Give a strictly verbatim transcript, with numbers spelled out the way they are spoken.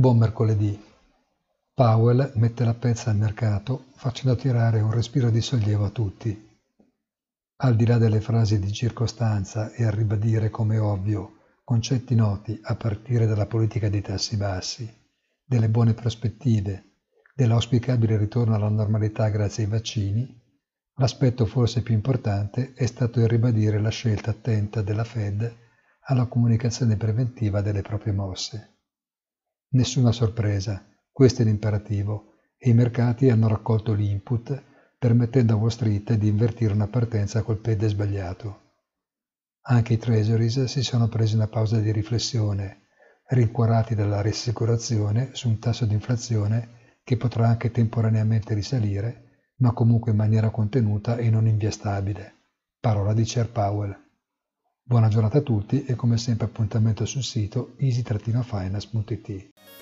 Buon mercoledì. Powell mette la pezza al mercato facendo tirare un respiro di sollievo a tutti. Al di là delle frasi di circostanza e a ribadire come ovvio concetti noti a partire dalla politica dei tassi bassi, delle buone prospettive, dell'auspicabile ritorno alla normalità grazie ai vaccini, l'aspetto forse più importante è stato il ribadire la scelta attenta della Fed alla comunicazione preventiva delle proprie mosse. Nessuna sorpresa, questo è l'imperativo, e i mercati hanno raccolto l'input, permettendo a Wall Street di invertire una partenza col piede sbagliato. Anche i treasuries si sono presi una pausa di riflessione, rincuorati dalla rassicurazione su un tasso di inflazione che potrà anche temporaneamente risalire, ma comunque in maniera contenuta e non in via stabile. Parola di Chair Powell. Buona giornata a tutti e come sempre appuntamento sul sito easy finance punto it.